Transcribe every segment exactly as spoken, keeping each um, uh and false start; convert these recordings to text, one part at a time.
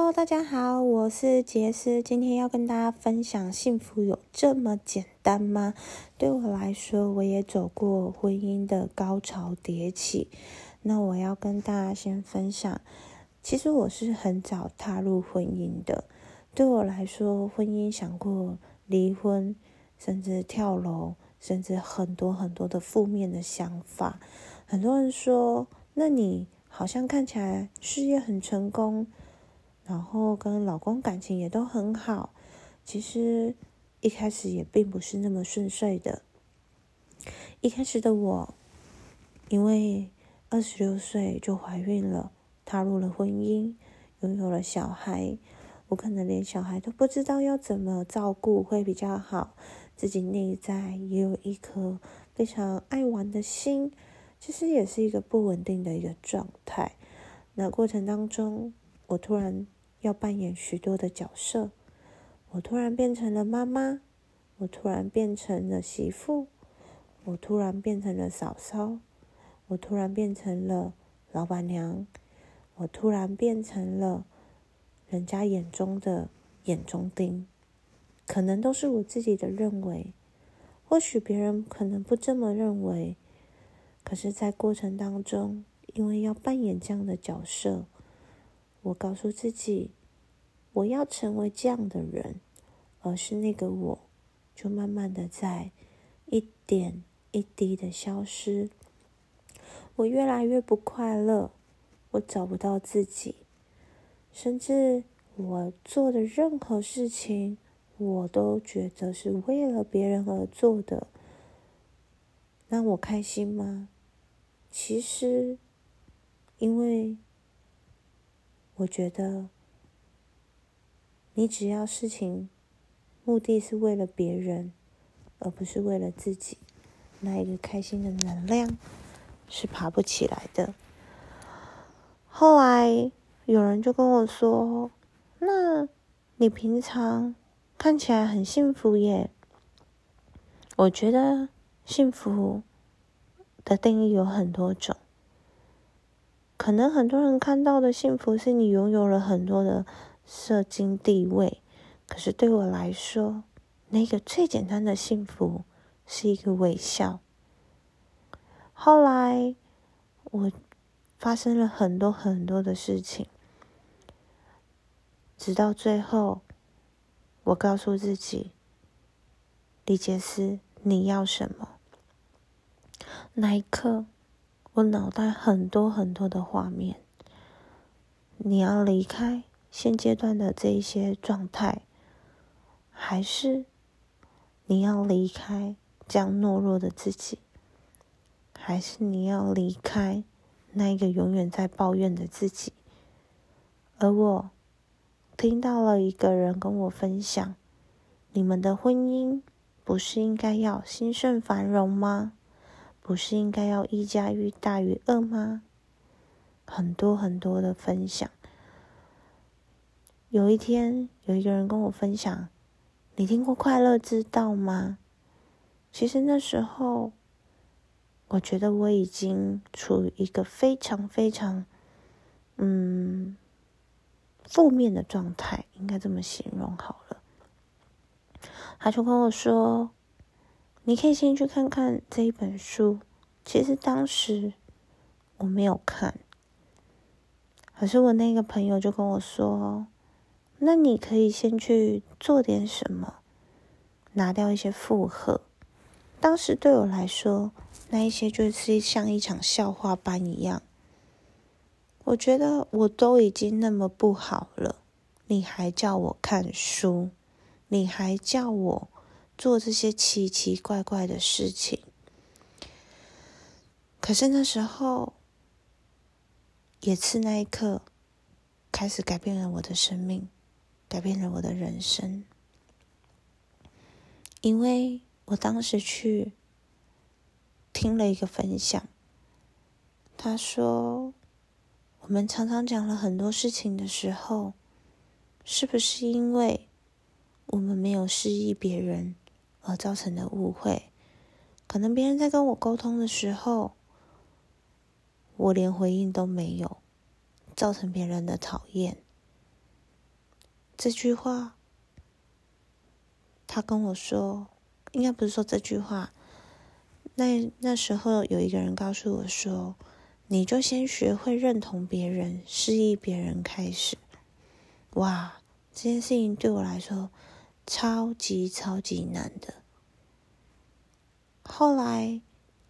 Hello， 大家好，我是杰斯，今天要跟大家分享幸福有这么简单吗？对我来说，我也走过婚姻的高潮迭起。那我要跟大家先分享，其实我是很早踏入婚姻的。对我来说，婚姻想过离婚，甚至跳楼，甚至很多很多的负面的想法。很多人说，那你好像看起来事业很成功，然后跟老公感情也都很好，其实一开始也并不是那么顺遂的。一开始的我，因为二十六岁就怀孕了，踏入了婚姻，拥有了小孩，我可能连小孩都不知道要怎么照顾会比较好，自己内在也有一颗非常爱玩的心，其实也是一个不稳定的一个状态。那过程当中，我突然要扮演许多的角色，我突然变成了妈妈，我突然变成了媳妇，我突然变成了嫂嫂，我突然变成了老板娘，我突然变成了人家眼中的眼中钉，可能都是我自己的认为，或许别人可能不这么认为，可是在过程当中，因为要扮演这样的角色，我告诉自己，我要成为这样的人，而是那个我，就慢慢的在一点一滴的消失。我越来越不快乐，我找不到自己，甚至我做的任何事情，我都觉得是为了别人而做的。让我开心吗？其实，因为我觉得，你只要事情目的是为了别人，而不是为了自己，那一个开心的能量是爬不起来的。后来有人就跟我说，那你平常看起来很幸福耶。我觉得幸福的定义有很多种，可能很多人看到的幸福是你拥有了很多的社经地位，可是对我来说，那个最简单的幸福是一个微笑。后来我发生了很多很多的事情，直到最后我告诉自己，李杰斯，你要什么？那一刻我脑袋很多很多的画面，你要离开现阶段的这一些状态，还是你要离开这样懦弱的自己，还是你要离开那一个永远在抱怨的自己？而我听到了一个人跟我分享，你们的婚姻不是应该要兴盛繁荣吗？不是应该要一加一大于二吗？很多很多的分享。有一天有一个人跟我分享，你听过快乐之道吗？其实那时候我觉得我已经处于一个非常非常嗯负面的状态，应该这么形容好了。他就跟我说，你可以先去看看这一本书。其实当时我没有看，可是我那个朋友就跟我说，那你可以先去做点什么，拿掉一些负荷。当时对我来说，那一些就是像一场笑话般一样。我觉得我都已经那么不好了，你还叫我看书，你还叫我做这些奇奇怪怪的事情。可是那时候，也是那一刻，开始改变了我的生命，改变了我的人生。因为我当时去听了一个分享，他说，我们常常讲了很多事情的时候，是不是因为我们没有示意别人而造成的误会？可能别人在跟我沟通的时候，我连回应都没有，造成别人的讨厌。 这句话，他跟我说，应该不是说这句话，那那时候有一个人告诉我说，你就先学会认同别人，示意别人开始。哇，这件事情对我来说超级超级难的。后来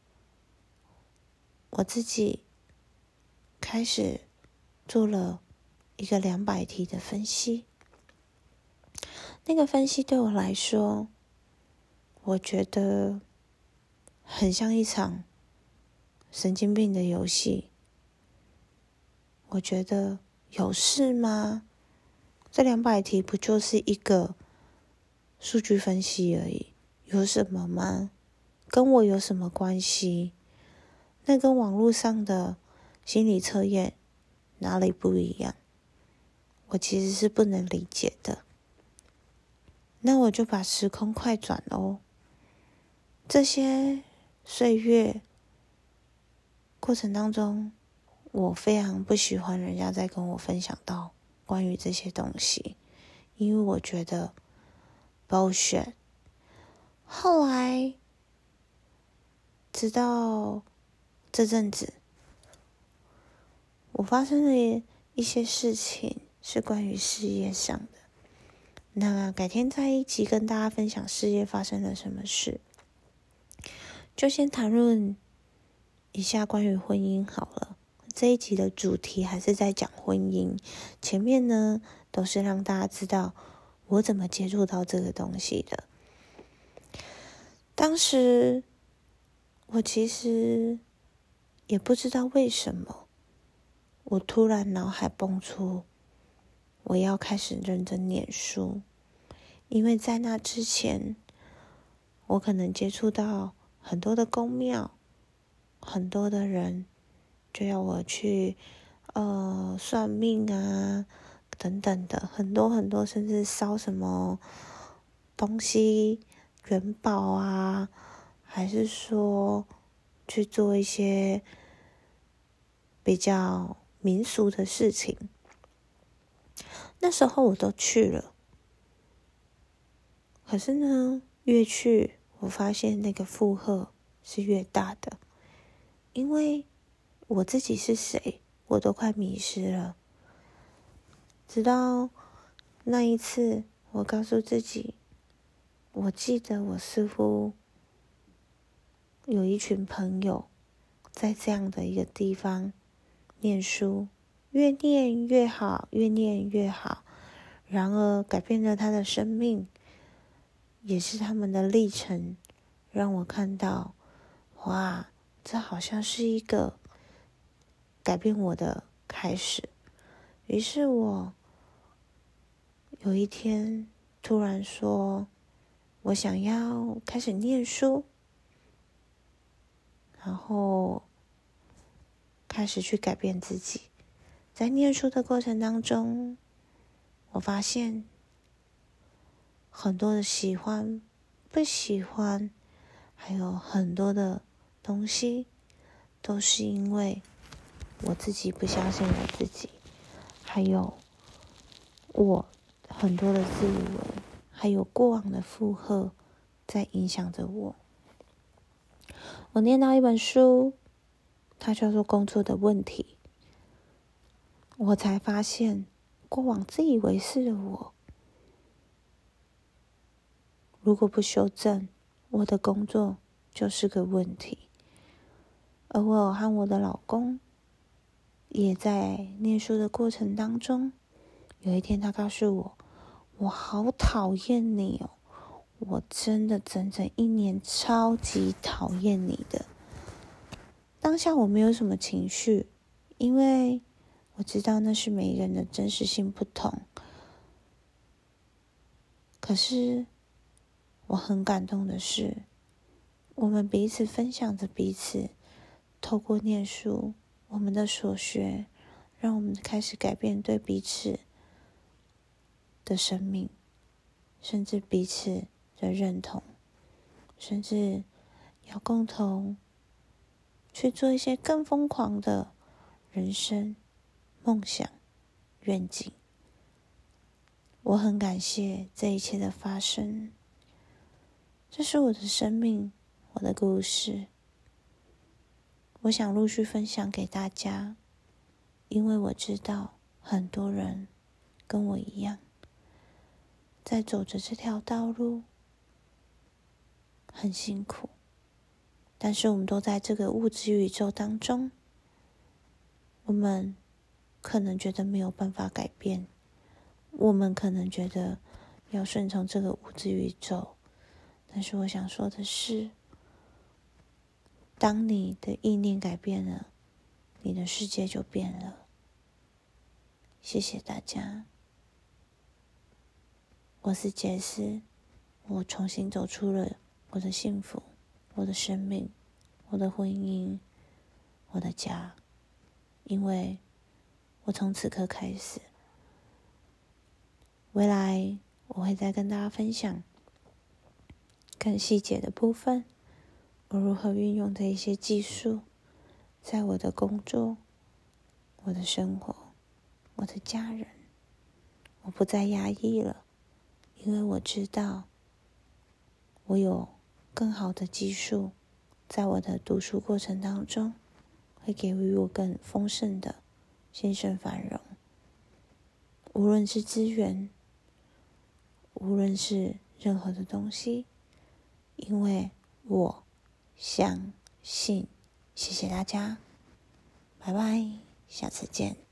我自己开始做了一个两百题的分析，那个分析对我来说，我觉得很像一场神经病的游戏。我觉得有事吗？这两百题不就是一个数据分析而已，有什么吗？跟我有什么关系？那跟网络上的心理测验哪里不一样？我其实是不能理解的。那我就把时空快转哦，这些岁月过程当中，我非常不喜欢人家在跟我分享到关于这些东西，因为我觉得 bullshit。 后来直到这阵子，我发生了一些事情是关于事业上的，那改天再一起跟大家分享事业发生了什么事。就先谈论一下关于婚姻好了，这一集的主题还是在讲婚姻，前面呢都是让大家知道我怎么接触到这个东西的。当时我其实也不知道为什么，我突然脑海蹦出我要开始认真念书，因为在那之前，我可能接触到很多的宫庙，很多的人就要我去呃算命啊等等的，很多很多，甚至烧什么东西元宝啊，还是说去做一些比较民俗的事情。那时候我都去了，可是呢，越去我发现那个负荷是越大的，因为我自己是谁，我都快迷失了。直到那一次，我告诉自己，我记得我似乎有一群朋友在这样的一个地方念书，越念越好，越念越好，然而改变了他的生命，也是他们的历程，让我看到，哇，这好像是一个改变我的开始。于是我有一天突然说，我想要开始念书，然后开始去改变自己。在念书的过程当中，我发现很多的喜欢、不喜欢，还有很多的东西，都是因为我自己不相信我自己，还有我很多的自以为，还有过往的负荷在影响着我。我念到一本书，它叫做《工作的问题》，我才发现过往自以为是的我，如果不修正，我的工作就是个问题。而我和我的老公也在念书的过程当中，有一天他告诉我，我好讨厌你哦，我真的整整一年超级讨厌你的。当下我没有什么情绪，因为我知道那是每个人的真实性不同。可是我很感动的是，我们彼此分享着彼此透过念书我们的所学，让我们开始改变对彼此的生命，甚至彼此的认同，甚至要共同去做一些更疯狂的人生梦想愿景。 我很感谢这一切的发生。这是我的生命，我的故事。我想陆续分享给大家，因为我知道很多人跟我一样，在走着这条道路，很辛苦。但是我们都在这个物质宇宙当中，我们可能觉得没有办法改变，我们可能觉得要顺从这个物质宇宙。但是我想说的是，当你的意念改变了，你的世界就变了。谢谢大家，我是杰斯，我重新走出了我的幸福，我的生命，我的婚姻，我的家，因为我从此刻开始，未来我会再跟大家分享更细节的部分，我如何运用这一些技术，在我的工作、我的生活、我的家人，我不再压抑了，因为我知道我有更好的技术，在我的读书过程当中，会给予我更丰盛的心生繁荣。无论是资源，无论是任何的东西，因为我相信。谢谢大家，拜拜，下次见。